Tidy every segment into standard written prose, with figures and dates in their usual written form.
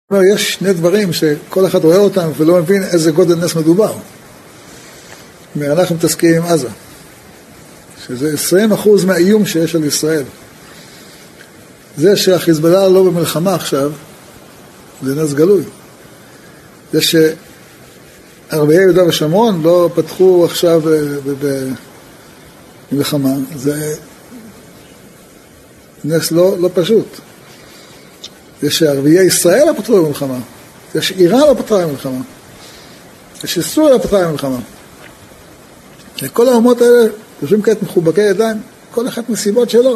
יש שני דברים שכל אחד רואה אותם ולא מבין איזה גודל נס מדובר. אנחנו מתעסקים עם עזה, שזה 20% מהאיום שיש על ישראל. זה שהחיזבאללה לא במלחמה עכשיו, זה נס גלוי. זה שערביי יהודה ושומרון לא פתחו עכשיו במלחמה, זה נס לא פשוט. זה שערביי ישראל לא פתחו במלחמה, זה שאיראן לא פתחה במלחמה, זה שסוריה לא פתחה במלחמה. וכל האומות האלה יושבים כעת מחובקי ידיים, כל אחת מסיבות שלו.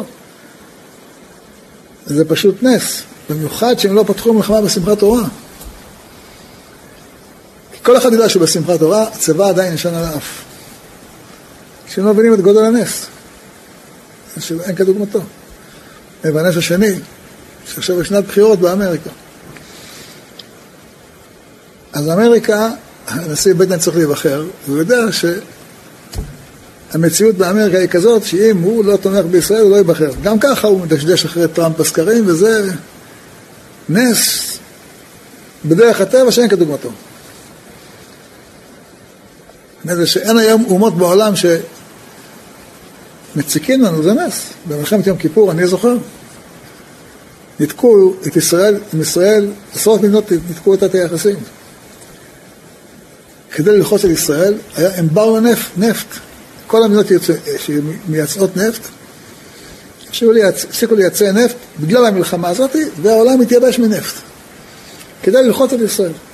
זה פשוט נס, במיוחד שהם לא פתחו מלחמה בשמחת תורה. כי כל אחד יודע שבשמחת תורה הצבא עדיין נשען על האף. כשהם לא מבינים את גודל הנס, אין כדוגמתו. והנס השני, שעכשיו יש שנת בחירות באמריקה. אז אמריקה, הנשיא ביידן צריך להיבחר, והוא יודע שהמציאות באמריקה היא כזאת, שאם הוא לא תומך בישראל, הוא לא ייבחר. גם ככה הוא מדשדש אחרי טראמפ בסקרים, וזה נס בדרך הטבע שאין כדוגמתו. זה שאין היום אומות בעולם שמציקים לנו, זה נס. במלחמת יום כיפור, אני זוכר, נתקו את ישראל, עם ישראל, עשרות מדינות נתקו את היחסים. כדי ללחוץ על ישראל, היה אמברגו נפט. כל המדינות שמייצאות נפט, הפסיקו לייצא נפט בגלל המלחמה הזאת, והעולם מתייבש מנפט. כדי ללחוץ על ישראל. זאת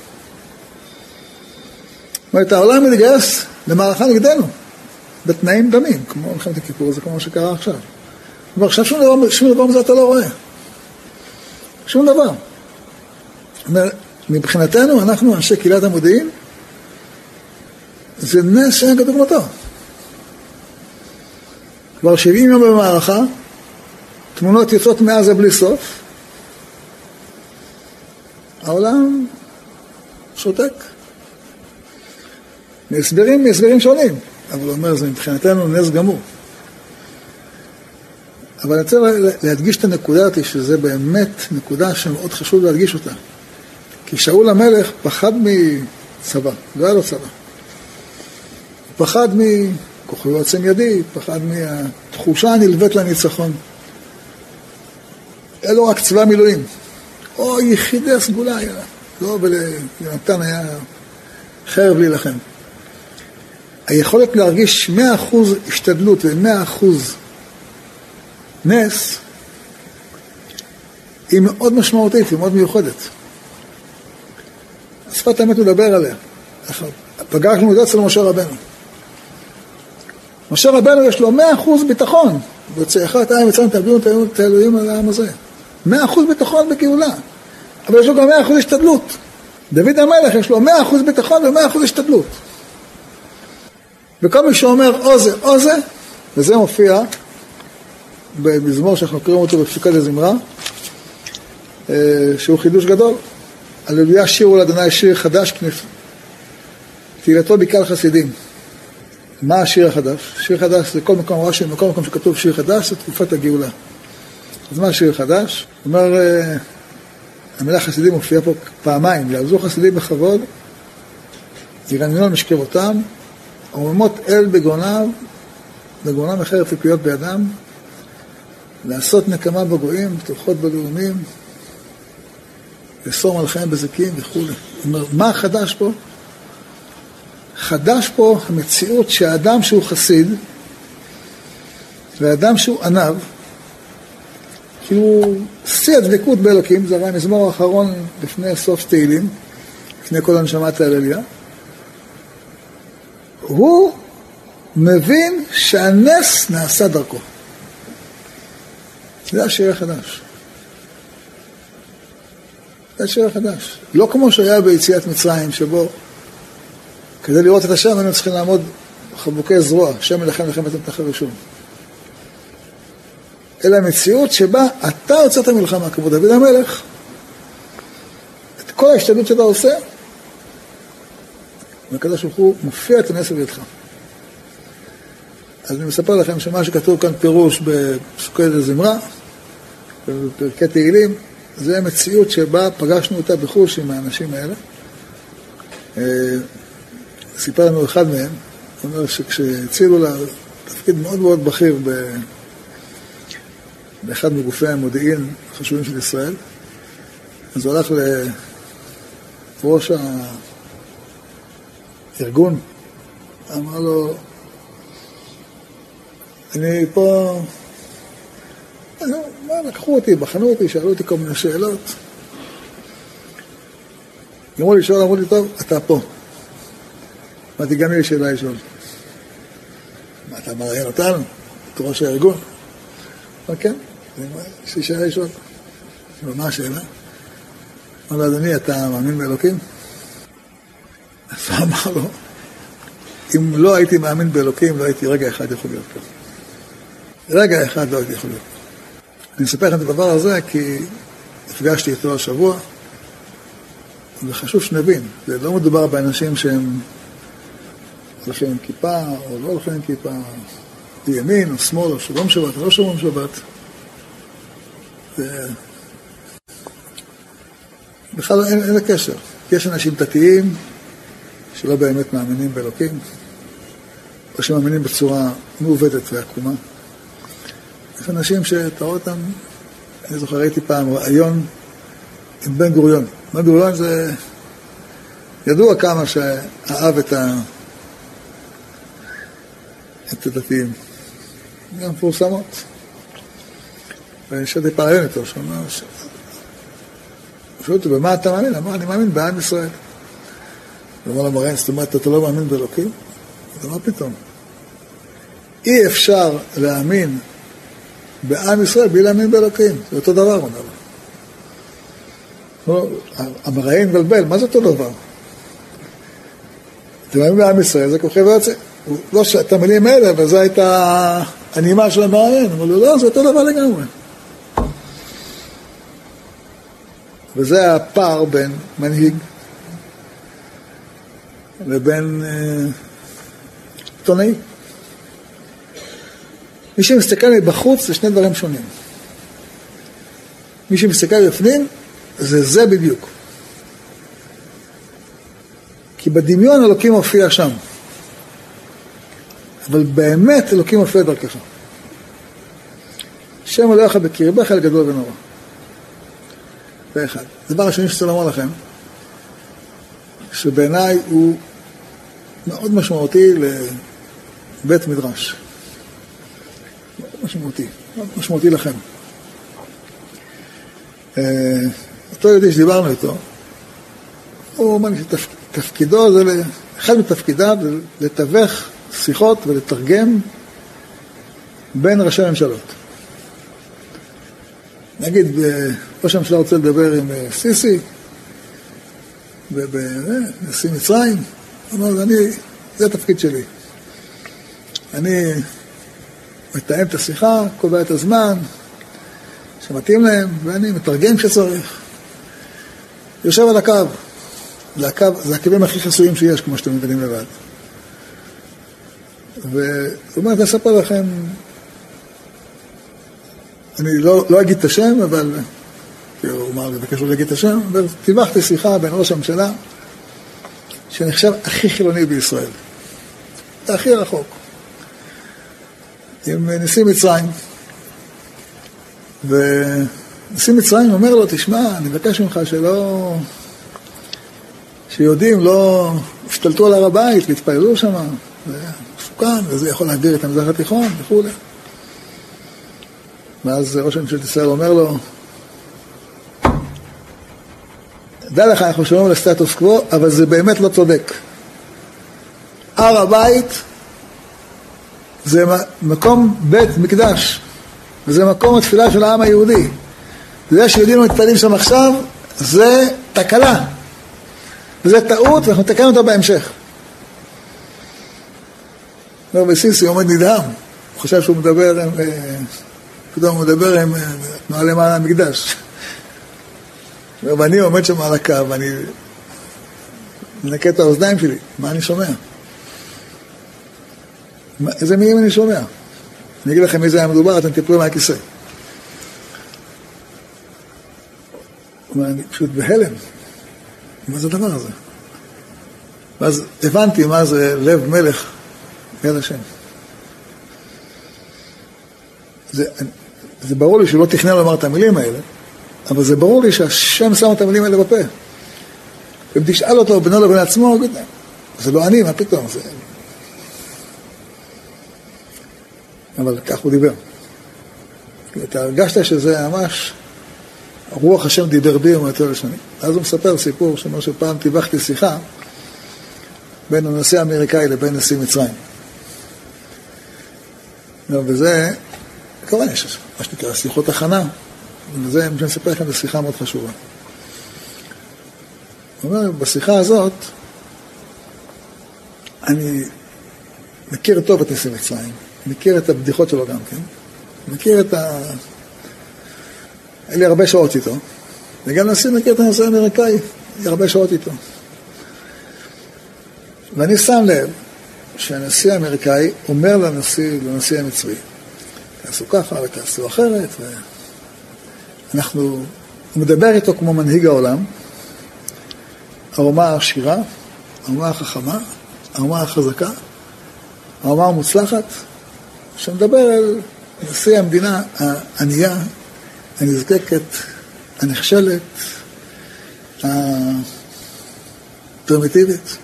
אומרת, העולם מתגייס למערכה נגדנו, בתנאים דמים, כמו מלחמת הכיפור, זה כמו שקרה עכשיו. אבל עכשיו שום דבר מזה אתה לא רואה. שום דבר. מבחינתנו, אנחנו, אנשי קהילת המודיעין, זה נס שאין כדוגמתו. כבר 70 יום במערכה, תמונות יוצאות מעזה בלי סוף, העולם שותק. מהסברים שונים, אבל הוא אומר, זה מבחינתנו נס גמור. אבל אני רוצה להדגיש את הנקודה הזאת, שזה באמת נקודה שמאוד חשוב להדגיש אותה. כי שאול המלך פחד מצבא, לא היה לו צבא. הוא פחד מכוחו יועצם ידי, פחד מהתחושה הנלווית לניצחון. היה לו רק צבא מילואים. או יחידי הסגולה היה. לא, ולנתן היה חרב להילחם. היכולת להרגיש 100% השתדלות ו100% נס היא מאוד משמעותית, היא מאוד מיוחדת. שפת האמת מדבר עליה. פגשנו את זה אצל משה רבנו. משה רבנו יש לו 100% ביטחון. בצעך את העם יצאנו תביאו את האלוהים על העם הזה. 100% ביטחון בגאולה. אבל יש לו גם 100% השתדלות. דוד המלך יש לו 100% ביטחון ו100% השתדלות. וכל מי שאומר או זה, וזה מופיע במזמור שאנחנו קוראים אותו בפסוקת הזמרה, שהוא חידוש גדול. הללויה שירו לאדוני שיר חדש, תהילתו בקהל חסידים. מה השיר החדש? שיר חדש זה כל מקום רש"י, בכל מקום שכתוב שיר חדש, זה תקופת הגאולה. אז מה השיר חדש? הוא אומר, המילה חסידים מופיעה פה פעמיים, יעזו חסידים בכבוד, ירננו על משכבותם, רוממות אל בגאונם אחרת ציפיות בידם, לעשות נקמה בגויים, פתוחות בלאומים, לסור מלכיהם בזקים וכו'. הוא אומר, מה חדש פה? חדש פה המציאות שהאדם שהוא חסיד, והאדם שהוא ענב, כאילו שיא הדבקות באלוקים, זה הרי המזמור האחרון לפני סוף תהילים, לפני כל הנשמת ההללויה, הוא מבין שהנס נעשה דרכו. זה השיר החדש. זה השיר החדש. לא כמו שהיה ביציאת מצרים, שבו כדי לראות את השם, היינו צריכים לעמוד חבוקי זרוע, שם מלחם לכם אתם תחרישון. אלא המציאות שבה אתה יוצאת המלחמה, כמו דוד המלך, את כל ההשתדלות שאתה עושה, והקדוש ברוך הוא מופיע את הנס בידך. אז אני מספר לכם שמה שכתוב כאן פירוש בפסוקי הזמרה, בפרקי תהילים, זה המציאות שבה פגשנו אותה בחוש עם האנשים האלה. סיפר לנו אחד מהם, הוא אומר שכשהצילו לה תפקיד מאוד מאוד בכיר באחד מגופי המודיעין החשובים של ישראל, אז הוא הלך לראש הארגון, אמר לו, אני פה, לקחו אותי, בחנו אותי, שאלו אותי כל מיני שאלות. אמרו לי, אמרו לי, טוב, אתה פה. אמרתי, גם לי שאלה לשאול. מה, אתה מראיין אותנו? אתה ראש הארגון? אמר, כן, יש לי שאלה לשאול. מה השאלה? אמר לו, אדוני, אתה מאמין באלוקים? אז הוא אמר לו, אם לא הייתי מאמין באלוקים, לא הייתי רגע אחד יכול להיות פה. רגע אחד לא הייתי יכול להיות. אני אספר לכם את הדבר הזה כי הפגשתי איתו השבוע, וחשוב שנבין, זה לא מדובר באנשים שהם הולכים עם כיפה או לא הולכים עם כיפה, בימין או שמאל או שומרים שבת או לא שומרים שבת. בכלל אין הקשר. יש אנשים דתיים שלא באמת מאמינים באלוקים, או שמאמינים בצורה מעובדת ועקומה. יש אנשים שתראו אותם, אני זוכר, ראיתי פעם רעיון עם בן גוריון. בן גוריון זה ידוע כמה שאהב את הדתיים. גם מפורסמות. ושאלתי פעם איתו, שאומר, שאלו אותו, במה אתה מאמין? אמר, אני מאמין בעם ישראל. הוא אמר למראיין, זאת אומרת, אתה לא מאמין באלוקים? זה מה פתאום? אי אפשר להאמין בעם ישראל בלי להאמין באלוקים. זה אותו דבר, הוא אומר לו. המראיין מבלבל, מה זה אותו דבר? אתה מאמין בעם ישראל, זה כוכב ויוצא. לא את המילים האלה, אבל זו הייתה הנימה של המראיין. אמר לו, לא, זה אותו דבר לגמרי. וזה הפער בין מנהיג לבין עיתונאי. מי שמסתכל מבחוץ זה שני דברים שונים. מי שמסתכל בפנים זה בדיוק. כי בדמיון אלוקים מופיע שם. אבל באמת אלוקים מופיע דרכך. שם אלוהיך בקרבך אל גדול ונורא. זה אחד. דבר השני שצריך לומר לכם, שבעיניי הוא מאוד משמעותי לבית מדרש. מאוד משמעותי לכם. אותו יהודי שדיברנו איתו, הוא אומר שתפקידו, אחד מתפקידיו זה לתווך שיחות ולתרגם בין ראשי הממשלות. נגיד, ראש הממשלה רוצה לדבר עם סיסי, נשיא מצרים, הוא אומר, זה התפקיד שלי. אני מתאם את השיחה, קובע את הזמן, שמתאים להם, ואני מתרגם שצריך. יושב על הקו. זה הקווים הכי חסויים שיש, כמו שאתם מבינים לבד. והוא אומר, אני אספר לכם, אני לא אגיד את השם, אבל הוא אמר, בקשר להגיד את השם, אבל טיווחתי שיחה בין ראש הממשלה, שנחשב הכי חילוני בישראל. זה הכי רחוק. עם נשיא מצרים. ונשיא מצרים אומר לו, תשמע, אני מבקש ממך שיהודים לא השתלטו על הר הבית, להתפעלו שם, זה מסוכן, וזה יכול להגדיר את המזרח התיכון וכו'. ואז ראש הממשלת ישראל אומר לו, דע לך, אנחנו שומעים על הסטטוס קוו, אבל זה באמת לא צודק. הר הבית זה מקום בית מקדש, וזה מקום התפילה של העם היהודי. זה שיהודים מתפללים שם עכשיו, זה תקלה. וזה טעות, ואנחנו נתקן אותה בהמשך. לא, וסיסי עומד נדהם. הוא חושב שהוא מדבר עם... פתאום הוא מדבר עם תנועה למעלה המקדש. ואני עומד שם על הקו, ואני מנקה את האוזניים שלי. מה אני שומע? איזה מילים אני שומע? אני אגיד לכם איזה היה מדובר, אתם תפלו מהכיסא. אני פשוט בהלם. מה זה הדבר הזה? ואז הבנתי מה זה לב מלך ביד השם. זה ברור לי שהוא לא תכנן לומר את המילים האלה, אבל זה ברור לי שהשם שם את המילים האלה בפה. אם תשאל אותו בינו לבין עצמו, הוא יגיד, זה לא אני, מה פתאום? אבל כך הוא דיבר. אתה הרגשת שזה ממש, רוח השם דיבר בי ומתו לשני. אז הוא מספר סיפור שאומר שפעם טיווחתי שיחה בין הנשיא האמריקאי לבין נשיא מצרים. וזה, כמובן יש מה שנקרא שיחות הכנה, וזה אני מספר לכם, זו שיחה מאוד חשובה. הוא אומר, בשיחה הזאת, אני מכיר טוב את נשיא מצרים, מכיר את הבדיחות שלו גם כן, מכיר את היה לי הרבה שעות איתו, וגם נשיא מכיר את הנשיא האמריקאי, היה לי הרבה שעות איתו. ואני שם לב שהנשיא האמריקאי אומר לנשיא המצרי, תעשו ככה ותעשו אחרת, הוא מדבר איתו כמו מנהיג העולם, האומה העשירה, האומה החכמה, האומה החזקה, האומה המוצלחת, שמדבר על נשיא המדינה הענייה, הנזקקת, הנחשלת, הפרימיטיבית,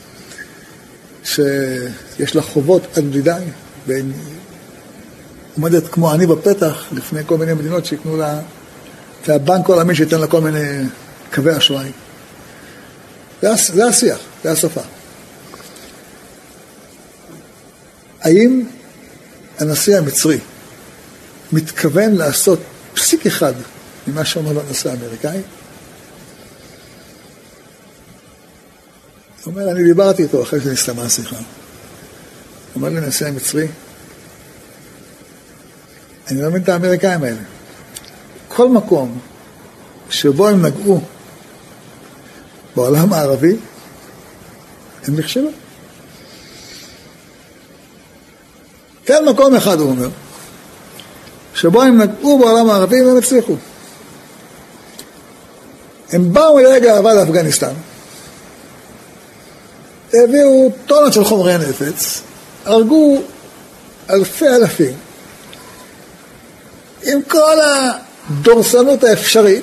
שיש לה חובות עד בלי די, עומדת כמו אני בפתח לפני כל מיני מדינות שיקנו לה, והבנק העולמי שייתן לה כל מיני קווי אשראי. זה השיח, זה השפה. האם הנשיא המצרי מתכוון לעשות פסיק אחד ממה שאומר לו הנשיא האמריקאי? הוא אומר, אני דיברתי איתו אחרי שנסתמה השיחה. הוא אומר לי, הנשיא המצרי, אני לא מבין את האמריקאים האלה. כל מקום שבו הם נגעו בעולם הערבי, הם נכשלו. כן, מקום אחד הוא אומר, שבו הם נגעו בעולם הערבי והם הצליחו. הם באו לרגע אהבה לאפגניסטן, הביאו טונות של חומרי נפץ, הרגו אלפים, עם כל הדורסנות האפשרית,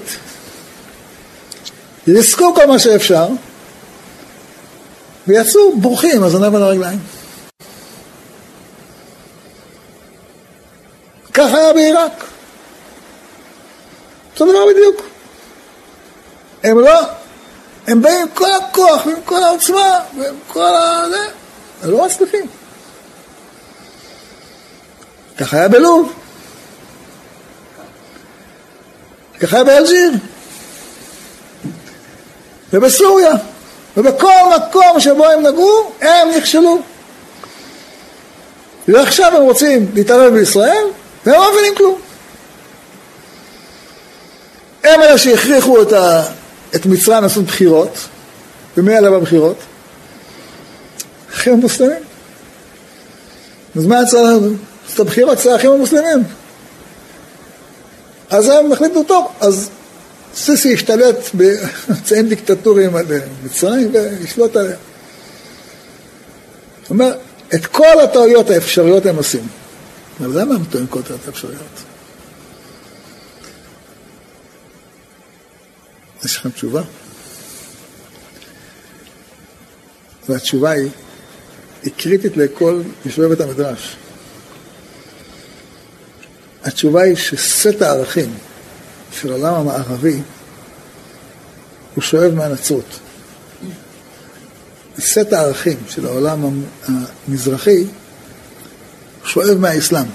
ריסקו כל מה שאפשר, ויצאו בורחים, אז ענב על הרגליים. כך היה בעיראק. אותו דבר בדיוק. הם באים עם כל הכוח, ועם כל העוצמה, ועם כל זה, הם לא מצליחים. כך היה בלוב. כך היה באלג'יר. ובסוריה. ובכל מקום שבו הם נגעו, הם נכשלו. ועכשיו הם רוצים להתערב בישראל, והם לא מבינים כלום. הם אלה שהכריחו את מצרים לעשות בחירות, ומי עלה בבחירות? אחים המוסלמים. אז מה יצא לנו? את הבחירות זה האחים המוסלמים. אז הם החליטו טוב, אז סיסי השתלט באמצעים דיקטטוריים על מצרים וישלוט עליה. זאת אומרת, את כל הטעויות האפשריות הם עושים. אבל למה הם טועים כל הטעויות האפשריות? יש לכם תשובה? והתשובה היא קריטית לכל יושבי בית המדרש. התשובה היא שסט הערכים של העולם המערבי הוא שואב מהנצרות. סט הערכים של העולם המזרחי שואב מהאסלאם.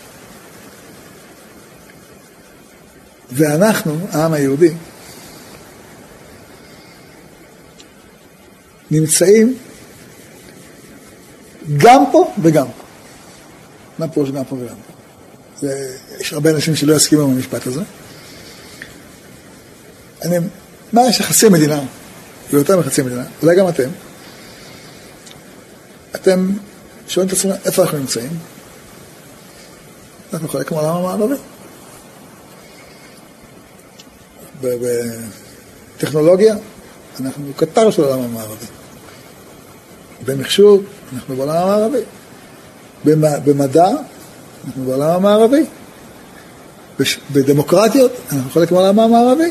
ואנחנו, העם היהודי, נמצאים גם פה וגם פה. מה פה שגם פה וגם פה? יש הרבה אנשים שלא יסכימו עם המשפט הזה. מה יש לחצי מדינה, ויותר מחצי מדינה, אולי גם אתם שואלים את עצמם איפה אנחנו נמצאים? אנחנו חלק מהעולם המערבי. בטכנולוגיה, אנחנו קטר של העולם המערבי. במחשוב, אנחנו בעולם המערבי. במדע, אנחנו בעולם המערבי. בדמוקרטיות, אנחנו חלק מהעולם המערבי.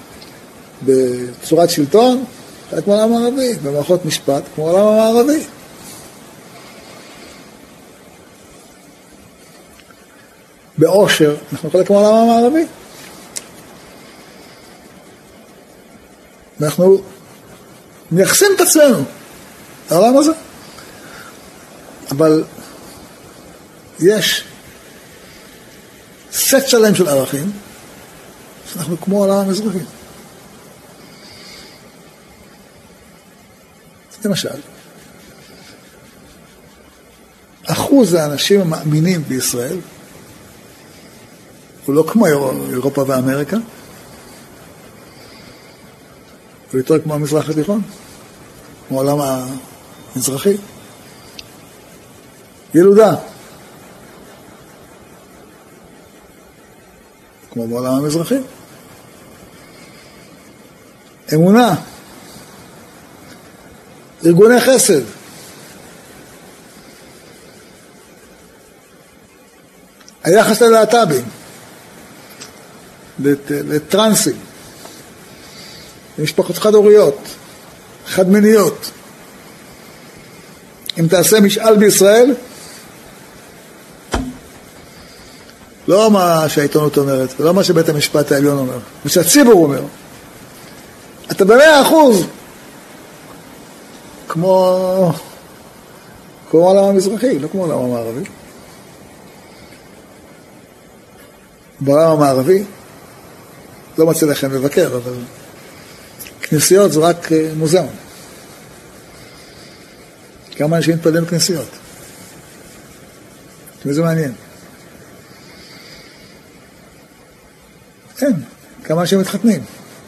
בצורת שלטון, חלק מהעולם המערבי. במערכות משפט, כמו העולם המערבי. בעושר, אנחנו חלק מהעולם המערבי. ואנחנו מייחסים את עצמנו לעולם הזה. אבל יש סט שלם של ערכים שאנחנו כמו העולם המזרחי. למשל, אחוז האנשים המאמינים בישראל הוא לא כמו אירופה ואמריקה, הוא יותר כמו המזרח התיכון, כמו העולם המזרחי. ילודה, כמו בעולם המזרחי. אמונה, ארגוני חסד, היחס ללהט"בים, לטרנסים, למשפחות חד-הוריות, חד-מיניות. אם תעשה משאל בישראל, לא מה שהעיתונות אומרת, ולא מה שבית המשפט העליון אומר, מה שהציבור אומר. אתה ב100% כמו העולם המזרחי, לא כמו העולם המערבי. בעולם המערבי, לא מצא לכם לבקר, אבל כנסיות זה רק מוזיאון. כמה אנשים מתפללים בכנסיות. וזה מעניין. אין, כמה אנשים מתחתנים.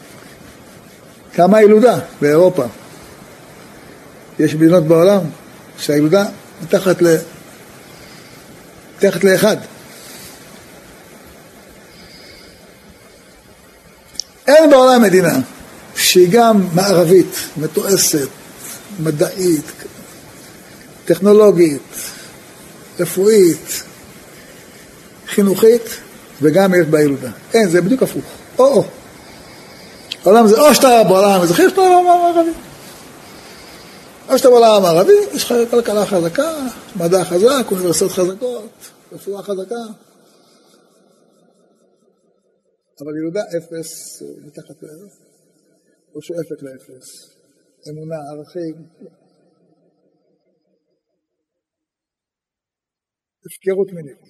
כמה הילודה באירופה. יש מדינות בעולם שהילודה מתחת לאחד. אין בעולם מדינה שהיא גם מערבית, מתועסת, מדעית, טכנולוגית, רפואית, חינוכית, וגם יש בה ילודה. אין, זה בדיוק הפוך. העולם זה או שאתה בעולם המזרחי, או שאתה בעולם המערבי. או שאתה בעולם המערבי, יש לך כלכלה חזקה, מדע חזק, אוניברסיטאות חזקות, רפואה חזקה. אבל ילודה אפס, מתחת לאפס, או שואפת לאפס. אמונה, ערכים. הפקרות מינית.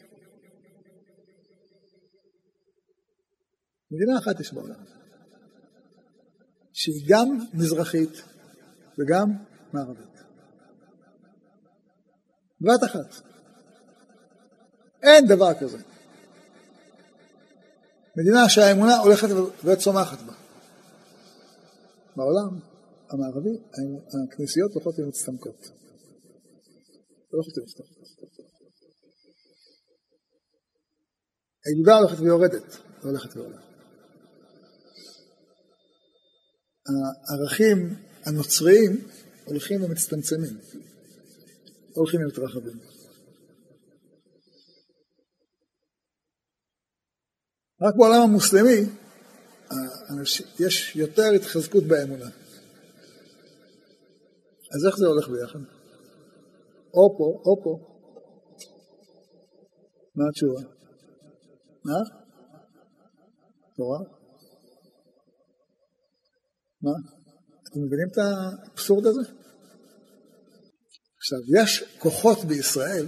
מדינה אחת יש בעולם, שהיא גם מזרחית וגם מערבית. בבת אחת. אין דבר כזה. מדינה שהאמונה הולכת וצומחת בה. בעולם המערבי, הכנסיות הולכות ומצטמקות. לא הולכות ומצטמקות. הילודה הולכת ויורדת, לא הולכת ועולה. הערכים הנוצריים הולכים ומצטמצמים, הולכים ומתרחבים. רק בעולם המוסלמי יש יותר התחזקות באמונה. אז איך זה הולך ביחד? או פה. מה התשובה? מה? תורה? מה? אתם מבינים את האבסורד הזה? עכשיו, יש כוחות בישראל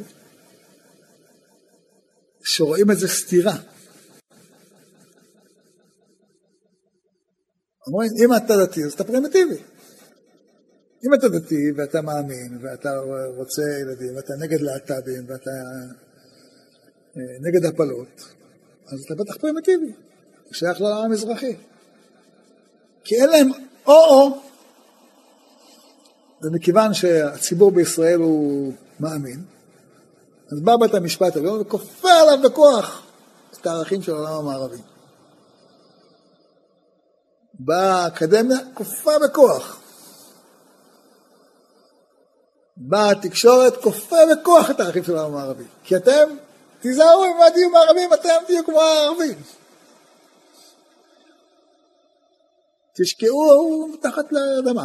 שרואים את זה סתירה. אומרים, אם אתה דתי, אז אתה פרימיטיבי. אם אתה דתי ואתה מאמין, ואתה רוצה ילדים, ואתה נגד להט"בים, ואתה נגד הפלות, אז אתה בטח פרימיטיבי. שייך לעולם המזרחי. כי אין להם או, ומכיוון שהציבור בישראל הוא מאמין, אז בא בית המשפט העליון וכופה עליו בכוח את הערכים של העולם המערבי. באקדמיה כופה בכוח. בתקשורת כופה בכוח את הערכים של העולם הערבי. כי אתם תיזהרו עם הדיום הערבים, אתם תהיו כמו הערבים. תשקעו מתחת לאדמה.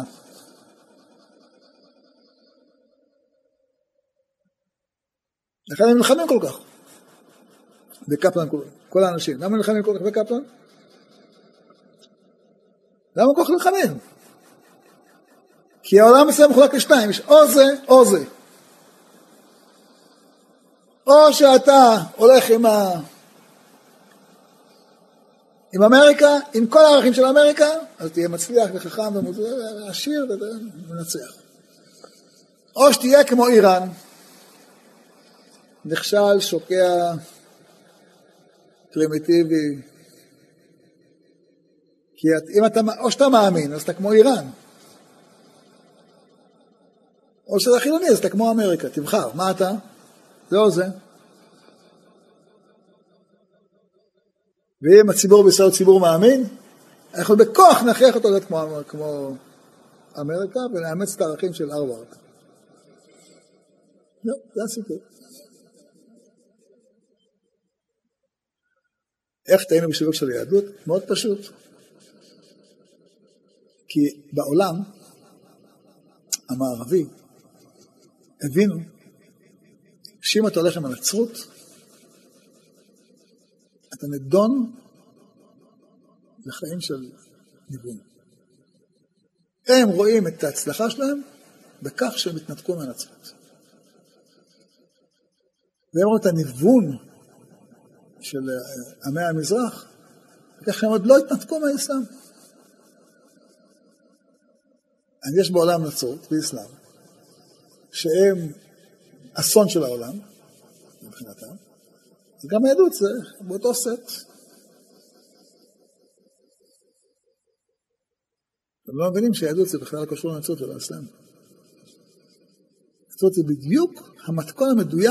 לכן הם נלחמים כל כך. בקפלן, כל האנשים. למה נלחמים כל כך בקפלן? למה כל כך נלחמים? כי העולם מסוים מחולק לשניים, יש או זה או זה. או שאתה הולך עם אמריקה, עם כל הערכים של אמריקה, אז תהיה מצליח וחכם ועשיר ונצח. או שתהיה כמו איראן, נכשל, שוקע, פרימיטיבי. כי או שאתה מאמין, אז אתה כמו איראן. או שאתה חילוני, אז אתה כמו אמריקה, תבחר. מה אתה? זה או זה. ואם הציבור בישראל הוא ציבור מאמין, אנחנו בכוח נכריח אותו להיות כמו אמריקה, ולאמץ את הערכים של הרווארד. לא, זה הסיפור. איך תהיינו בשילוב של היהדות? מאוד פשוט. כי בעולם המערבי הבינו שאם אתה הולך עם הנצרות, אתה נדון לחיים של ניוון. הם רואים את ההצלחה שלהם בכך שהם התנתקו מהנצרות. והם רואים את הניוון של עמי המזרח, וכך הם עוד לא התנתקו מהאסלאם. יש בעולם נצרות ואסלאם, שהם אסון של העולם, מבחינתם, וגם היהדות זה באותו סט. הם לא מבינים שהיהדות זה בכלל קשור לנצרות ולאסלאם. נצרות זה בדיוק המתכון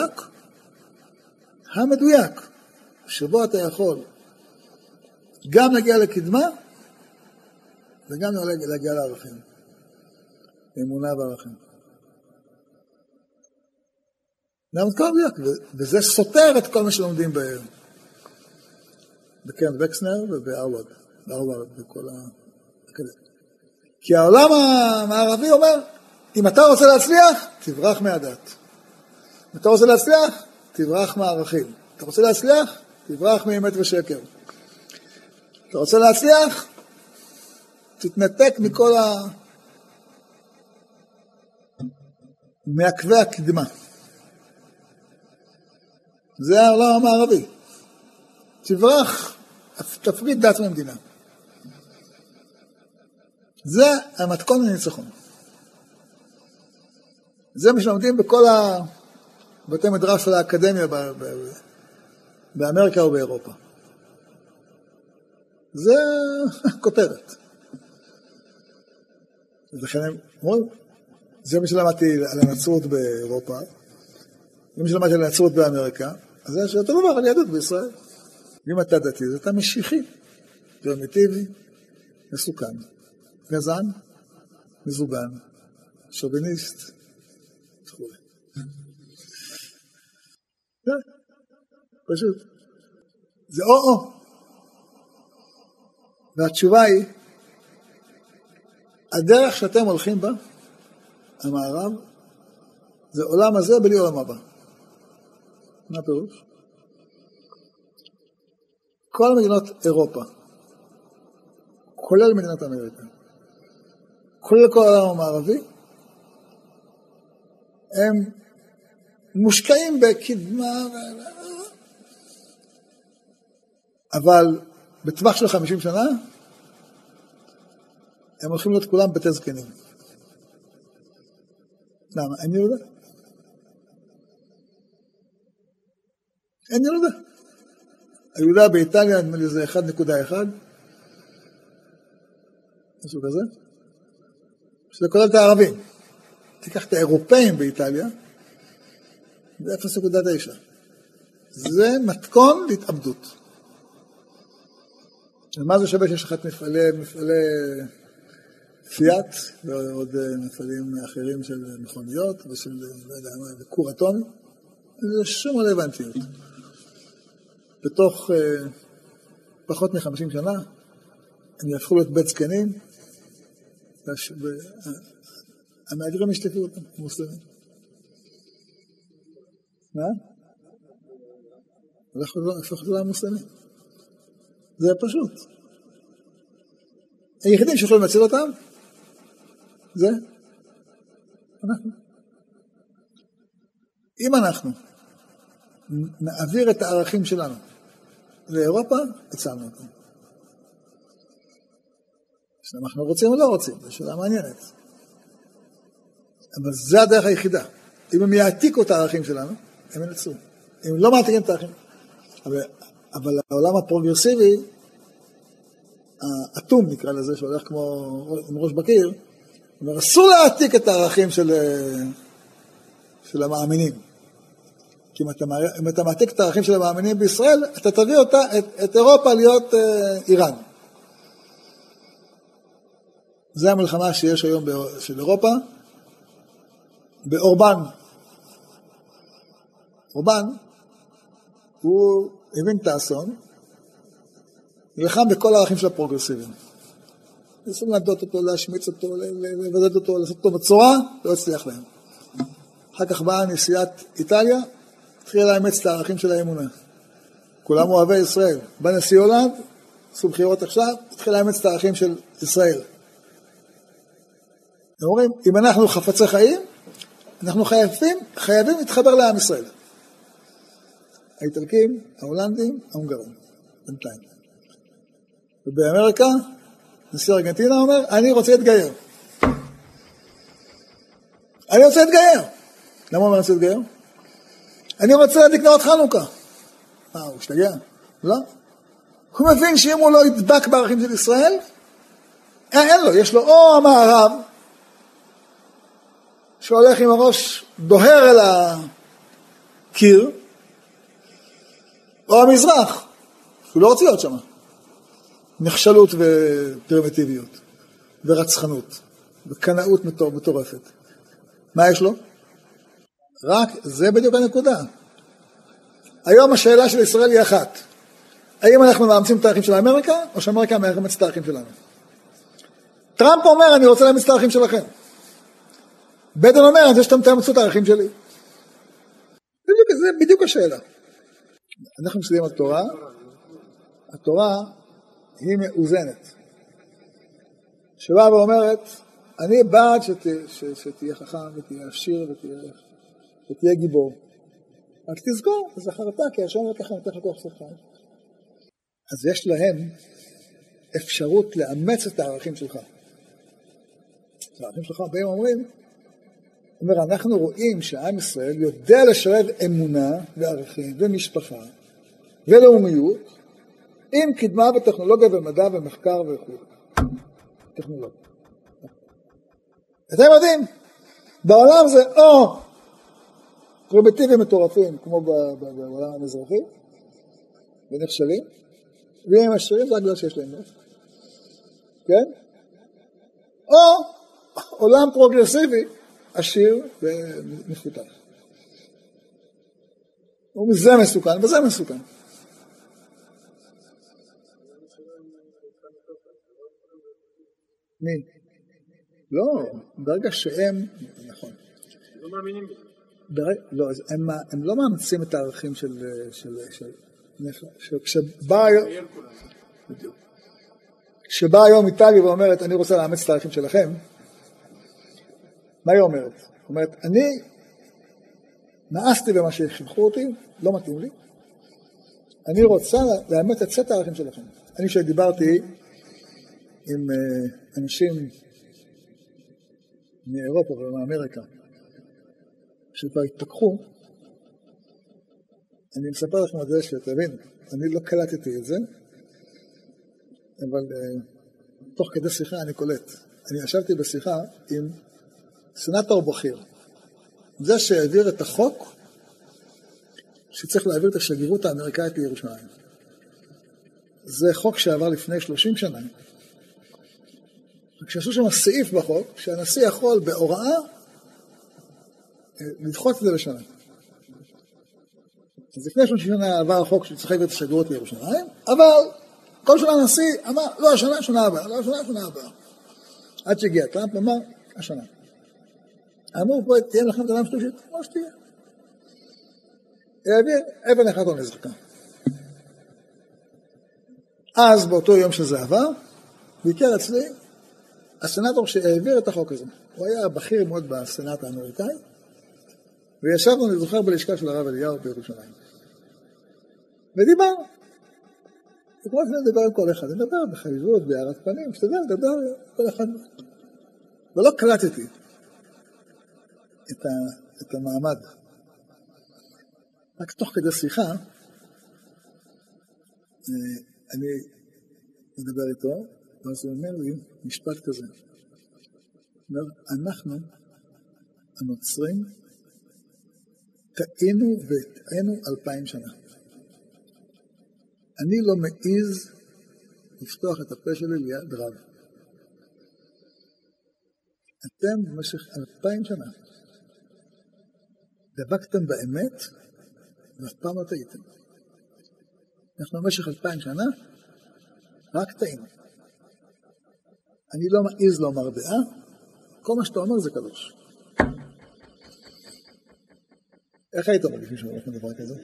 המדויק, שבו אתה יכול גם להגיע לקדמה, וגם להגיע לערכים. אמונה וערכים. זה מתכון מדויק, וזה סותר את כל מה שלומדים בקרן וקסנר ובהרווארד, בכל האקדמיה. כי העולם המערבי אומר, אם אתה רוצה להצליח, תברח מהדת. אם אתה רוצה להצליח, תברח מהערכים. אתה רוצה להצליח, תברח מאמת ושקר. אתה רוצה להצליח, תתנתק מכל מעכבי הקדמה. זה העולם המערבי. תברח, תפריד דת מהמדינה. זה המתכון לניצחון. זה מה שלומדים בכל בתי מדרש של האקדמיה באמריקה ובאירופה. זה כותרת. זה מה שלמדתי על הנצרות באירופה, זה מה שלמדתי על הנצרות באמריקה, אז זה אותו דבר על יהדות בישראל. אם אתה דתי, אז אתה משיחי, פרימיטיבי, מסוכן, גזען, מזוגן, שוביניסט, וכו'. זה פשוט. זה או. והתשובה היא, הדרך שאתם הולכים בה, המערב, זה עולם הזה בלי עולם הבא. מה הפירוש? כל מדינות אירופה, כולל מדינת אמריקה, כולל כל העולם המערבי, הם מושקעים בקדמה, אבל בטווח של 50 שנה, הם הולכים להיות כולם בתי זקנים. למה? אין ילודה. אין ילודה. הילודה באיטליה, נדמה לי זה 1.1, משהו כזה, שזה כולל את הערבים. תיקח את האירופאים באיטליה, זה 0.9. זה מתכון להתאבדות. מה זה שווה שיש לך את מפעלי פיאט ועוד מפעלים אחרים של מכוניות ושל, לא יודע מה, קורטון? זה שום רלוונטיות. בתוך פחות מ-50 שנה הם יהפכו להיות בית זקנים, המהגרים ישטפו אותם, מוסלמים. מה? הולך להיות מוסלמים. זה פשוט. היחידים שיכולים להציל אותם, זה אנחנו. אם אנחנו נעביר את הערכים שלנו לאירופה, הצלנו אותם. שאנחנו רוצים או לא רוצים, זו שאלה מעניינת. אבל זה הדרך היחידה. אם הם יעתיקו את הערכים שלנו, הם ינצרו. אם הם לא מעתיקים את הערכים. אבל העולם הפרוגרסיבי, האטום נקרא לזה, שהולך כמו עם ראש בקיר, אומר, אסור להעתיק את הערכים של המאמינים. כי אם אתה מעתיק את הערכים של המאמינים בישראל, אתה תביא את אירופה להיות איראן. זה המלחמה שיש היום של אירופה, באורבן. אורבן, הוא הבין את האסון, נלחם בכל הערכים של הפרוגרסיביים. ניסו לנדות אותו, להשמיץ אותו, לבדד אותו, לעשות אותו בצורה, לא הצליח להם. אחר כך באה נשיאת איטליה, התחילה לאמץ את הערכים של האמונה. כולם אוהבי ישראל. בא נשיא הולנד, עשו בחירות עכשיו, התחילה לאמץ את הערכים של ישראל. הם אומרים, אם אנחנו חפצי חיים, אנחנו חייבים להתחבר לעם ישראל. האיטלקים, ההולנדים, ההונגרים. בינתיים. ובאמריקה, נשיא ארגנטינה אומר, אני רוצה להתגייר. אני רוצה להתגייר. למה הוא אומר רוצה להתגייר? אני רוצה להדליק נרות חנוכה. הוא השתגע? לא. הוא מבין שאם הוא לא ידבק בערכים של ישראל, אין לו, יש לו או המערב, שהולך עם הראש דוהר אל הקיר, או המזרח, שהוא לא רוצה להיות שם. נחשלות ופרימיטיביות, ורצחנות, וקנאות מטורפת. מה יש לו? רק זה בדיוק הנקודה. היום השאלה של ישראל היא אחת. האם אנחנו מאמצים את הערכים של אמריקה, או שאמריקה מאמצת את הערכים שלנו? טראמפ אומר, אני רוצה לאמץ את הערכים שלכם. ביידן אומר, אני רוצה שאתם תאמצו את הערכים שלי. זה בדיוק השאלה. אנחנו מסתכלים על תורה. התורה היא מאוזנת. שבאה ואומרת, אני בעד שתהיה חכם ותהיה עשיר ותהיה גיבור. רק תזכור, זכרת, כי השם לקח נתך לכוח שלך. אז יש להם אפשרות לאמץ את הערכים שלך. הערכים שלך באים אומרים, אומר, אנחנו רואים שעם ישראל יודע לשלב אמונה וערכים ומשפחה ולאומיות עם קדמה וטכנולוגיה ומדע ומחקר וכו'. טכנולוגיה. אתם יודעים, בעולם זה או פרימיטיביים מטורפים כמו בעולם המזרחי ונכשלים, ואם הם עשירים זה הגלל שיש להם נפט. כן? או עולם פרוגרסיבי עשיר ומפותח. וזה מסוכן וזה מסוכן. מי? לא, ברגע שהם, נכון. לא מאמינים בזה. לא, הם לא מאמצים את הערכים של כשבא היום איטליה ואומרת, אני רוצה לאמץ את הערכים שלכם, מה היא אומרת? היא אומרת, אני נאסתי במה שחינכו אותי, לא מתאים לי, אני רוצה לאמץ את סט הערכים שלכם. אני שדיברתי עם אנשים מאירופה ומאמריקה, שכבר התפקחו, אני מספר לכם את זה שתבין, אני לא קלטתי את זה, אבל תוך כדי שיחה אני קולט. אני ישבתי בשיחה עם סנטור בכיר, זה שהעביר את החוק שצריך להעביר את השגרירות האמריקאית לירושלים. זה חוק שעבר לפני 30 שנה. כשעשו שם סעיף בחוק, שהנשיא יכול בהוראה לדחות את זה לשנה. אז לפני 30 שנה עבר החוק שצריך את השגרירות בירושלים, אבל כל שנה הנשיא אמר, לא השנה, שנה הבאה, לא השנה, שנה הבאה. עד שהגיע טראמפ, אמר, השנה. אמרו פה, תהיה לכם את העולם שלישית, כמו שתהיה. העביר אבן אחת או נזרקה. אז באותו יום שזה עבר, ביקר אצלי, הסנאטור שהעביר את החוק הזה. הוא היה בכיר מאוד בסנאט האמריקאי, וישבנו, אני זוכר, בלשכה של הרב אליהו בירושלים. ודיברנו. וכמו לפני לדבר עם כל אחד, אני מדבר בחביבות, בהערת פנים, שתדע, לדבר כל אחד. ולא קלטתי את המעמד. רק תוך כדי שיחה, אני מדבר איתו, ואז הוא אומר לי משפט כזה. הוא אומר, אנחנו, הנוצרים, טעינו וטעינו 2000 שנה. אני לא מעז לפתוח את הפה שלי ליד רב. אתם במשך 2000 שנה דבקתם באמת ואף פעם לא טעיתם. אנחנו במשך 2000 שנה רק טעינו. אני לא מעז לומר דעה, כל מה שאתה אומר זה קדוש. איך היית אומר לפני שאומר לכם דבר כזה?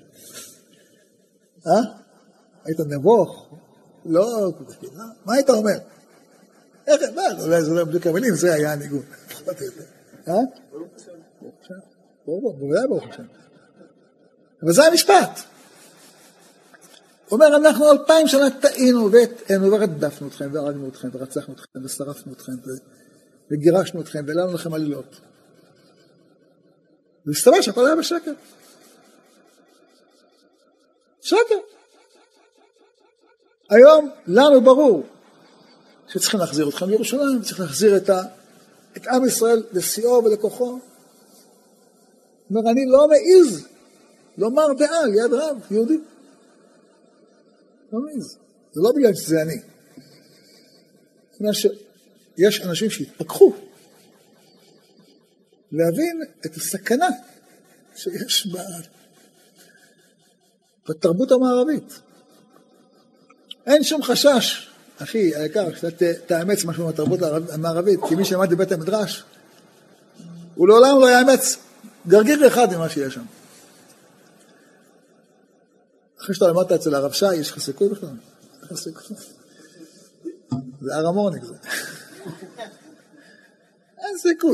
היית נבוך? לא, מה היית אומר? איך, אולי זה לא בדיוק המילים, זה היה הניגון. ברוך השם. אבל זה המשפט. הוא אומר, אנחנו 2000 שנה טעינו והטעינו ורדפנו אתכם והרגנו אתכם ורצחנו אתכם ושרפנו אתכם וגירשנו אתכם והעלנו לכם עלילות. והסתבר שהכל היה בשקר. שקר. היום לנו ברור שצריכים להחזיר אתכם לירושלים, צריך להחזיר את עם ישראל לשיאו ולכוחו. אומר, אני לא מעז לומר דעה ליד רב יהודי. לא מעז. זה לא בגלל שזה אני. יש אנשים שהתפכחו להבין את הסכנה שיש בתרבות המערבית. אין שום חשש, אחי היקר, שאתה תאמץ משהו מהתרבות המערבית, כי מי שעמד בבית המדרש, הוא לעולם לא יאמץ גרגיר אחד ממה שיש שם. אחרי שאתה למדת אצל הרב שי, יש לך סיכוי בכלל? זה הרמוניק זה. אין סיכוי.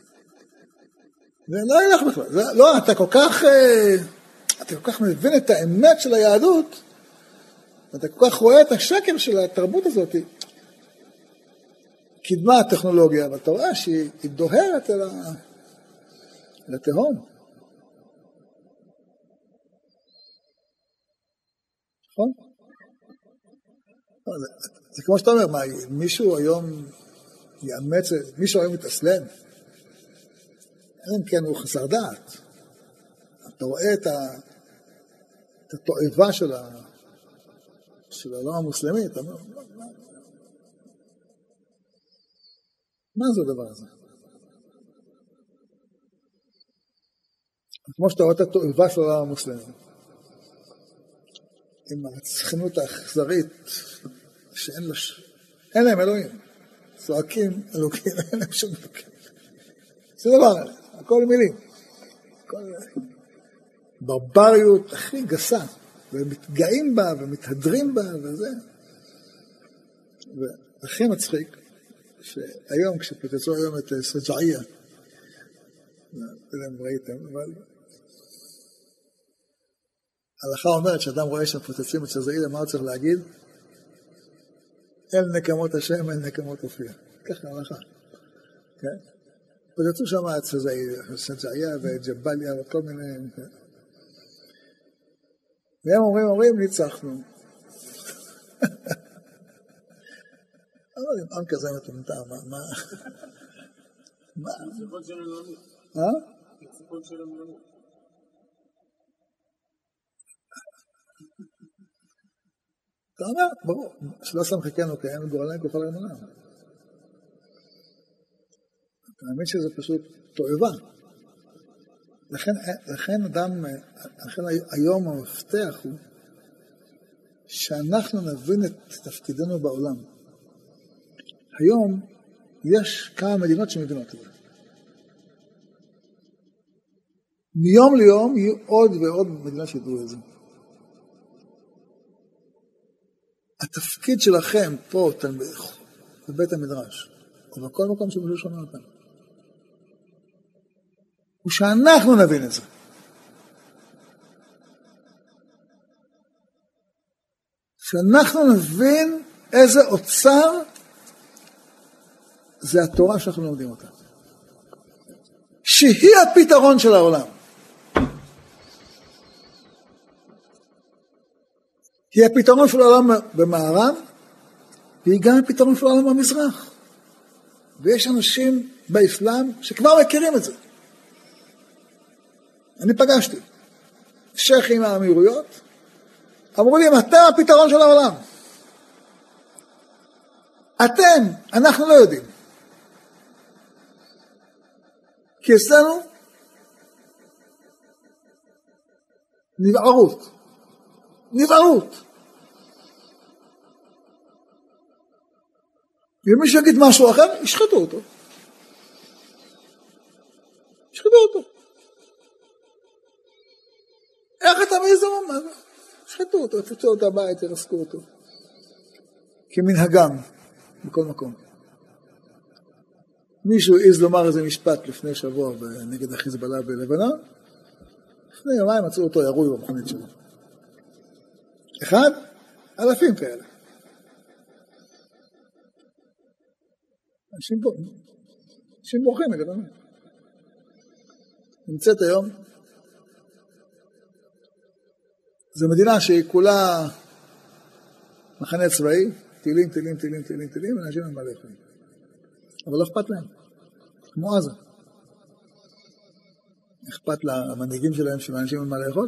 זה לא ילך בכלל. לא, אתה כל כך מבין את האמת של היהדות, אתה כל כך רואה את השקר של התרבות הזאת, קדמה הטכנולוגיה, ואתה רואה שהיא דוהרת אל התהום. נכון? זה כמו שאתה אומר, מישהו היום יאמץ, מישהו היום מתאסלם, אין כן הוא חסר דעת. אתה רואה את התועבה של העולם המוסלמי, אתה אומר, מה זה הדבר הזה? כמו שאתה רואה את התועבה של העולם המוסלמי, עם הרצחנות האכזרית, אין להם אלוהים, צועקים אלוקים, אין להם שום אלוקים. זה דבר, הכל מילים. ברבריות הכי גסה, ומתגאים בה ומתהדרים בה וזה. והכי מצחיק, שהיום כשפוצצו היום את סג'עיה, לא יודע אם ראיתם, אבל ההלכה אומרת שאדם רואה שפוצצים את סג'עיה, מה הוא צריך להגיד? אל נקמות השם, אל נקמות אופיה. ככה ההלכה. כן? פוצצו שם את סג'עיה וג'בליה וכל מיני... והם אומרים, ניצחנו. אבל עם עם כזה מטומטם, מה? ניצחון של המלמות. ניצחון של המלמות. אתה אומר, ברור, שלא שם חכנו קיים וגורלנו כוכל האמונה. אתה מאמין שזה פשוט תועבה. לכן היום המפתח הוא שאנחנו נבין את תפקידנו בעולם. היום יש כמה מדינות שמבינות את זה. מיום ליום יהיו עוד ועוד מדינות שידעו את זה. התפקיד שלכם פה בבית המדרש, או בכל מקום שמישהו שומע אותנו, הוא שאנחנו נבין את זה. שאנחנו נבין איזה אוצר זה התורה שאנחנו לומדים אותה. שהיא הפתרון של העולם. היא הפתרון של העולם במערב, והיא גם הפתרון של העולם במזרח. ויש אנשים באסלאם שכבר מכירים את זה. אני פגשתי שייחים מהאמירויות, אמרו לי, אתם הפתרון של העולם. אנחנו לא יודעים. כי אצלנו נבערות. ומי שיגיד משהו אחר, ישחטו אותו. איך אתה מעז? ישחטו אותו, יפוצו אותו הבית, ירסקו אותו. כמנהגם, בכל מקום. מישהו העז לומר איזה משפט לפני שבוע נגד החיזבאללה בלבנון, לפני יומיים מצאו אותו ירוי במכונית שלו. אחד, אלפים כאלה. אנשים בורחים נגד המדינה. נמצאת היום, זו מדינה שהיא כולה מחנה צבאי, טילים, אנשים הם מלא חיים. אבל לא אכפת להם, כמו עזה. אכפת למנהיגים שלהם שאנשים הם מה לאכול?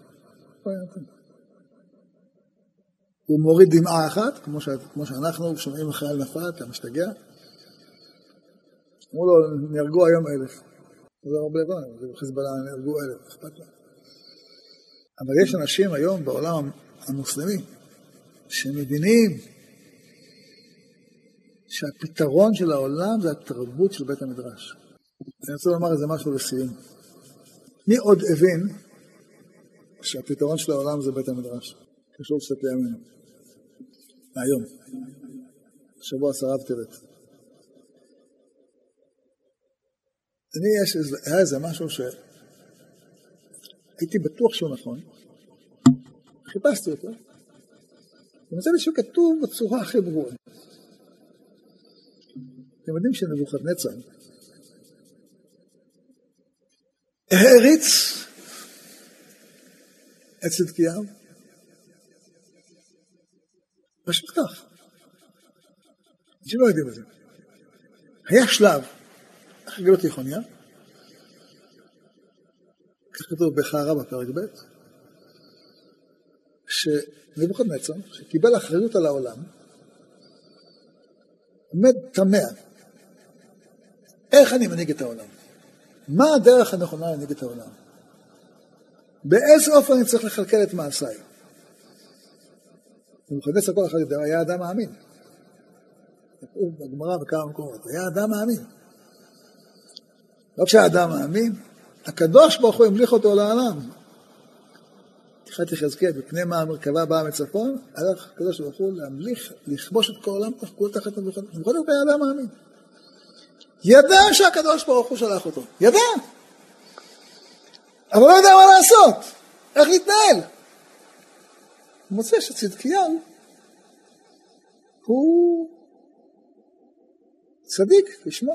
הוא מוריד דמעה אחת, כמו שאנחנו שומעים חייל נפל, אתה משתגע. אמרו לו, נהרגו היום 1,000. זה לא הרבה לבן, חיזבאללה נהרגו 1,000, אכפת להם. אבל יש אנשים היום בעולם המוסלמי שמבינים שהפתרון של העולם זה התרבות של בית המדרש. אני רוצה לומר איזה משהו לסיום. מי עוד הבין שהפתרון של העולם זה בית המדרש? קשור קצת לימינו. היום. שבוע שרב תראת. היה איזה משהו שהייתי בטוח שהוא נכון. חיפשתי אותו. ומצא לי שכתוב בצורה הכי ברורה. אתם יודעים שנבוכדנצר העריץ את צדקיהו? פשוט כך. אנשים לא יודעים את זה. היה שלב, אחרי גלות תיכוניה, כך כתוב בחרא בפרק ב', שנבוכדנצר, שקיבל אחריות על העולם, עומד תמה. איך אני מנהיג את העולם? מה הדרך הנכונה להנהיג את העולם? באיזה אופן אני צריך לכלכל את מעשיי? נבוכדנצר כל אחד היה אדם מאמין. בגמרא בכמה מקומות, היה אדם מאמין. לא כשהאדם מאמין, הקדוש ברוך הוא המליך אותו לעולם. תחת יחזקאל, בפני מה המרכבה באה מצפון, הלך הקדוש ברוך הוא להמליך, לכבוש את כל העולם, כול תחת נבוכדנצר. נבוכדנצר היה אדם מאמין. ידע שהקדוש ברוך הוא שלח אותו. ידע. אבל לא יודע מה לעשות. איך להתנהל. הוא מוצא שצדקיהו הוא צדיק, לשמו.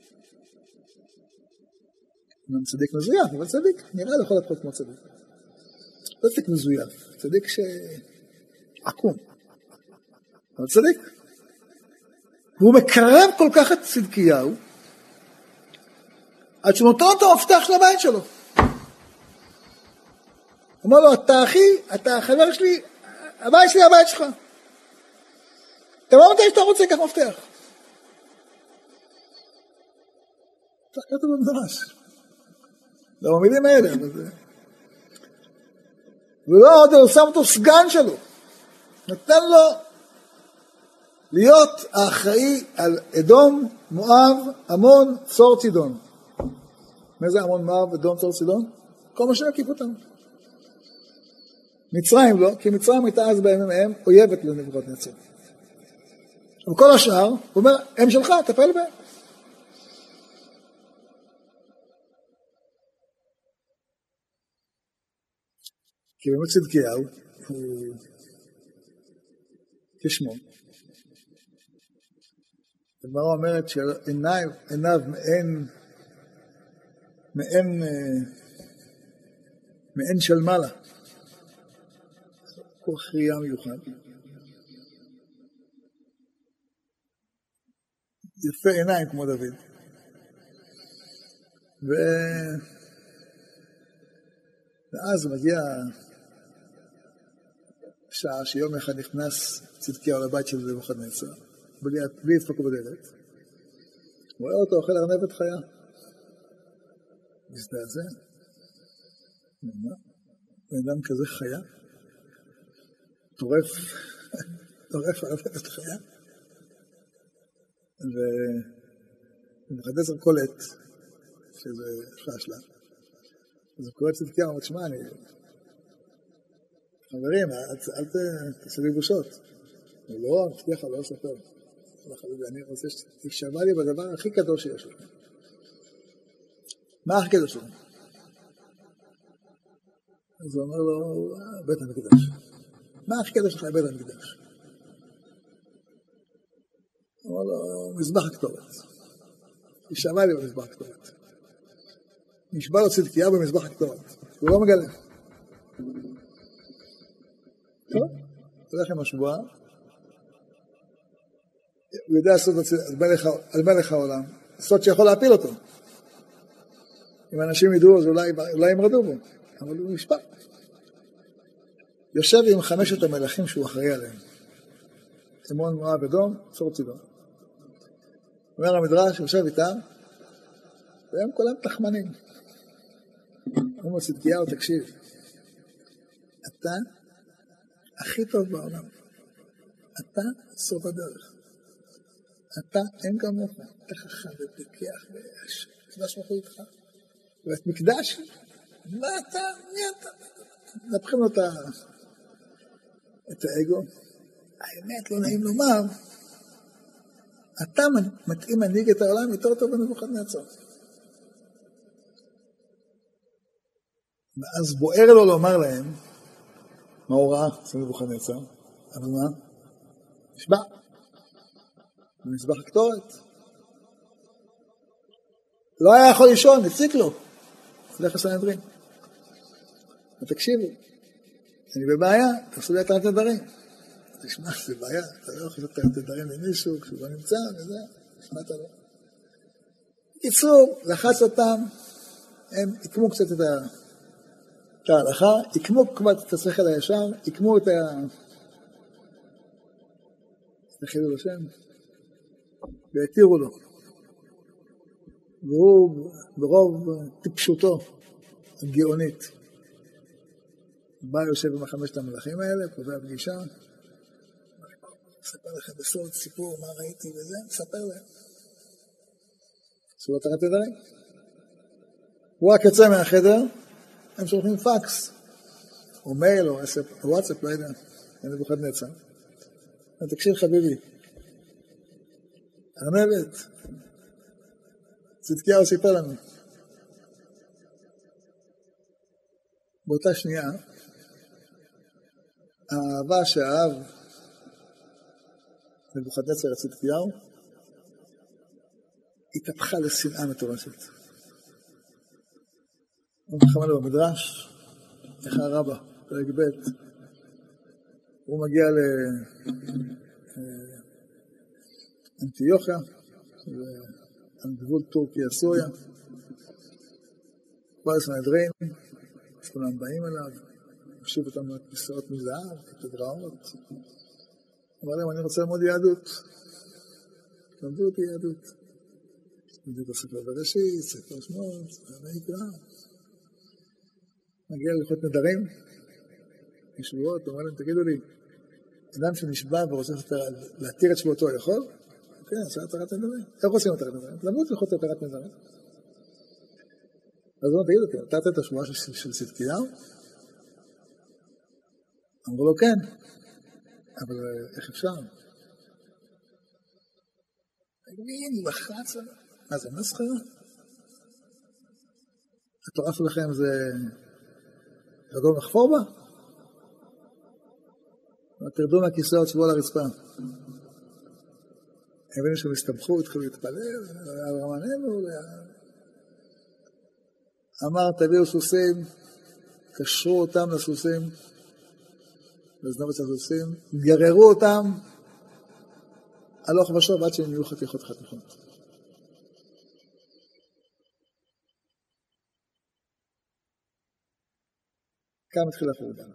הוא צדיק מזויף, אבל צדיק. נראה לכל הפחות כמו צדיק. לא צדיק מזויף, צדיק שעקום. אבל צדיק. והוא מקרב כל כך את צדקיהו, עד שהוא נותן אותו מפתח של הבית שלו. אומר לו, אתה אחי, אתה החבר שלי, הבית שלי, הבית שלך. תבוא מתי שאתה רוצה, קח מפתח. כך כתוב במדרש. לא במילים האלה, אבל זה... ולא עוד הוא שם אותו סגן שלו. נתן לו להיות האחראי על אדום, מואב, עמון, צור צידון. מה זה עמון, מואב, אדום, צור צידון? כל מה שמקיף אותם. מצרים לא, כי מצרים הייתה אז בימים ההם אויבת לנבוכדנצר. וכל השאר, הוא אומר, הם שלך, תפעל בהם. כי באמת צדקיהו, הוא כשמו. הגמרא אומרת שעיניו מעין של מעלה. כוח ראייה מיוחד. יפה עיניים כמו דוד. ואז מגיע שעה שיום אחד נכנס צדקיהו לבית של נבוכדנצר, בלי לדפוק בדלת. הוא רואה אותו אוכל ארנבת חיה. מזדעזע. בן אדם כזה חיה. טורף ארנבת חיה. ונבוכדנצר קולט שזה חשלה. אז הוא קורא צדקיהו, הוא אומר, תשמע, חברים, אל תעשה לי בושות. הוא לא, מבטיח, לא אספר. אני רוצה שתשמע לי בדבר הכי קדוש שיש לכם. מה הכי קדוש שלנו? אז הוא אומר לו, בית המקדש. מה הכי קדוש לך בית המקדש? הוא אומר לו, מזבח הקטורת. תשמע לי במזבח הקטורת. נשבע לו צדקיהו במזבח הקטורת. הוא לא מגלה. טוב, הולך עם השבועה. הוא יודע לעשות על מלך העולם, לעשות שיכול להפיל אותו. אם אנשים ידעו, אז אולי ימרדו בו, אבל הוא משפט. יושב עם 5 המלכים שהוא אחראי עליהם. עמון, מואב, אדום, צור צידון. אומר המדרש, יושב איתם, והם כולם תחמנים. אומר צדקיהו, תקשיב, אתה הכי טוב בעולם. אתה סוף הדרך. אתה אין כמוך, אתה חכם ופיקח ויש. מקדש מוכו איתך. ואת מקדש, מה אתה, מי אתה? נפחים לו את האגו. האמת, לא נעים לומר, אתה מתאים מנהיג את העולם יותר טוב מנבוכדנצר. ואז בוער לו לומר להם, מה הוא ראה אצל נבוכדנצר? אבל מה? נשבע. במזבח הקטורת. לא היה יכול לישון, הציק לו. הולך לסנהדרין. ותקשיבו, אני בבעיה, תעשו לי את הנדרים. תשמע, זה בעיה, אתה לא יכול לעשות את הנדרים למישהו, כשהוא לא נמצא, וזה, שמעת לו. קיצור, לחץ אותם, הם יקמו קצת את ההלכה, יקמו קצת את השכל הישר, יקמו את החילול השם, והתירו לו. והוא ברוב טיפשותו הגאונית בא יושב עם 5 המלכים האלה, קובע פגישה, מספר לכם בסוד סיפור מה ראיתי וזה, מספר להם. שהוא לא תראה תדרים. הוא רק יוצא מהחדר, הם שולחים פקס, או מייל, או וואטסאפ, לא יודע, נבוכדנצר. תקשיב חביבי, ארנבת, צדקיהו סיפר לנו. באותה שנייה, האהבה שאהב נבוכדנצר את צדקיהו, התהפכה לשנאה מטורפת. הוא מחמד לו במדרש, איך הרבה, פרק ב', הוא מגיע לאנטיוכיה, על גבול טורקיה, סוריה, בא לסנהדרין, כולם באים אליו, מושיב אותם כיסאות מזהב, קתדראות, אמר להם, אני רוצה ללמוד יהדות. למדו אותי יהדות. למדו את הספר בראשית, ספר שמות, ויקרא. מגיע ללכות נדרים, שבועות, אומר להם, תגידו לי, אדם שנשבע ורוצה להתיר את שבועתו, יכול? כן, עושה התרת נדרים. איך עושים התרת נדרים? למדו את הלכות התרת נדרים. אז הוא תגידו, כן, התרת את השבועה של צדקיהו? אמרו לו, כן, אבל איך אפשר? מי לחץ? מה זה, מסחרה? התורה שלכם זה גדול מחפור בה? תרדו מהכיסאות, שבו לרצפה. הבינו שהם הסתבכו, התחילו להתפלל, רמננו, אמר, תביאו סוסים, קשרו אותם לסוסים, לזנוב את הסוסים, גררו אותם, הלוך ושוב עד שהם יהיו חתיכות. כאן מתחיל החורבן.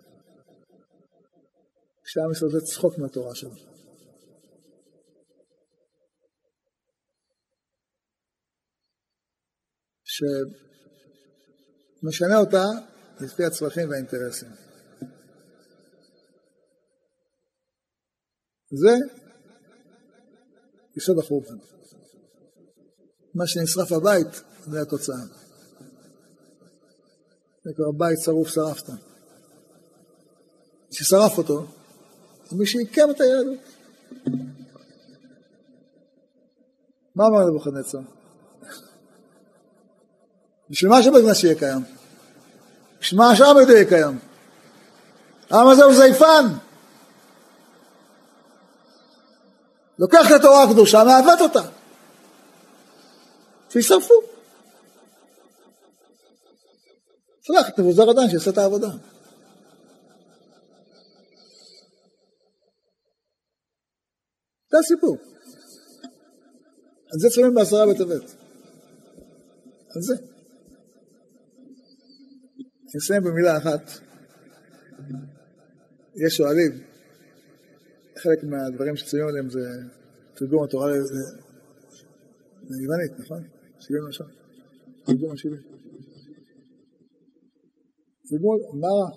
כשעם ישראל עושה צחוק מהתורה שלו. שמשנה אותה לפי הצרכים והאינטרסים. זה יסוד החורבן. מה שנשרף הבית זה התוצאה. זה כבר בית שרוף שרפת. ששרף אותו, מי שיקם את היהדות. מה אמר נבוכדנצר? בשביל מה שבית הכנסת יהיה קיים? בשביל מה השאר בית יהיה קיים? העם הזה הוא זייפן. לוקח את התורה הקדושה, מעוות אותה. שישרפו. שלח את מבוזר אדם שיעשה את העבודה. זה הסיפור. על זה צלמים בעשרה בטבת. על זה. אני אסיים במילה אחת. יש שואלים, חלק מהדברים שצלמים עליהם זה תרגום התורה ליוונית, נכון? 70 לשון. תרגום ה-70. תרגום, מה?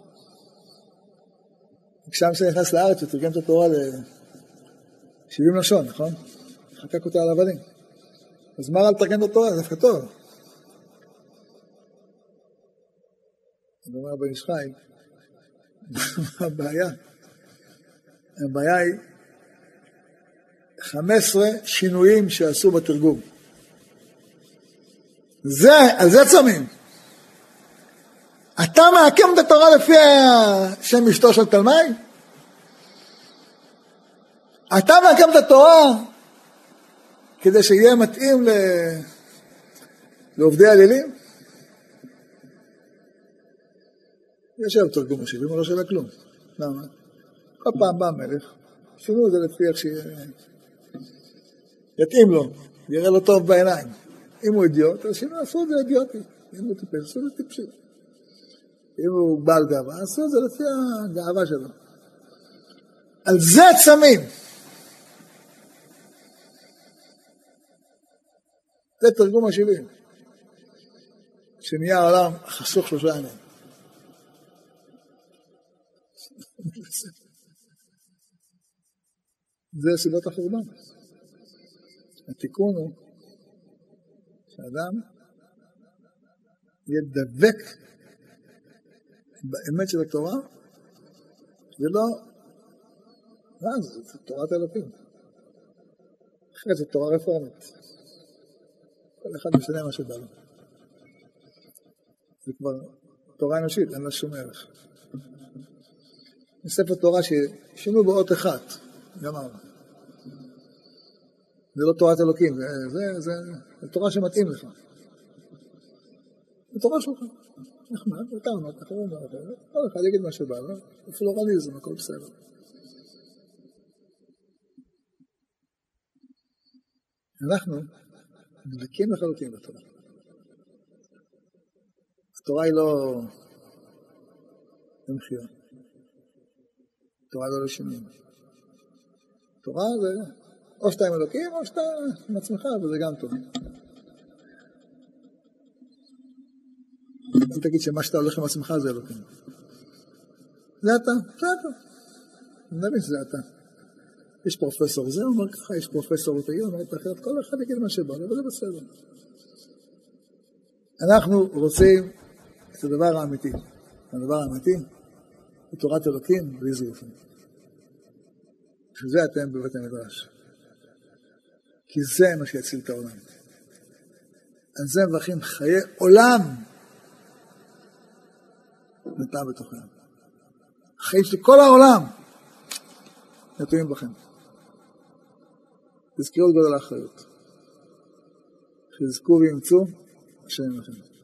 כשעם ישראל נכנס לארץ, הוא תרגם את התורה ל-70 לשון, נכון? חקק אותה על אבנים. אז מה על תרגם את התורה? זה דווקא טוב. אני אומר בן איש חי, מה הבעיה? הבעיה היא 15 שינויים שעשו בתרגום. על זה צמים. אתה מעקם את התורה לפי שם אשתו של תלמי? אתה מעקם את התורה כדי שיהיה מתאים לעובדי הלילים? יש היום תרגום ה-70, הוא לא שווה כלום. למה? כל פעם בא המלך, שינו את זה לפי איך יתאים לו, יראה לו טוב בעיניים. אם הוא אידיוט, אז שינו, עשו את זה אידיוטי. אם הוא טיפש, עשו את זה טיפשי. אם הוא בעל גאווה, עשו את זה לפי הגאווה שלו. על זה צמים. זה תרגום ה-70. שנהיה העולם חסוך 3 ימים. זה סיבות החורבן. התיקון הוא שאדם יהיה דבק באמת של התורה, ולא, זה תורת אלוקים. אחרי זה תורה רפורמית. כל אחד משנה מה שבא לו. זה כבר תורה אנושית, אין לה שום ערך. בספר תורה ששינו בו אות אחת, גמרנו. זה לא תורת אלוקים, זה תורה שמתאים לך. זה תורה שלך. נחמד, אתה אומר, אתה אומר, כל אחד יגיד מה שבא לו, פלורליזם, הכל בסדר. אנחנו דבקים לחלוטין בתורה. התורה היא לא למחירה. התורה לא לשנים. תורה זה או שאתה עם אלוקים או שאתה עם עצמך, וזה גם טוב. אל תגיד שמה שאתה הולך עם עצמך זה אלוקים. זה אתה, זה אתה. אני מבין שזה אתה. יש פרופסור זה, אומר ככה, יש פרופסור תגיד, אומר אחרת, כל אחד יגיד מה שבא, אבל זה בסדר. אנחנו רוצים את הדבר האמיתי. הדבר האמיתי הוא תורת אלוקים בלי זיופים. שזה אתם בבית המדרש. כי זה מה שיציל את העולם. על זה מברכים חיי עולם נטע בתוכם. החיים של כל העולם נטועים בכם. תזכרו את גודל האחריות. שתזכו וימצאו השם לכם.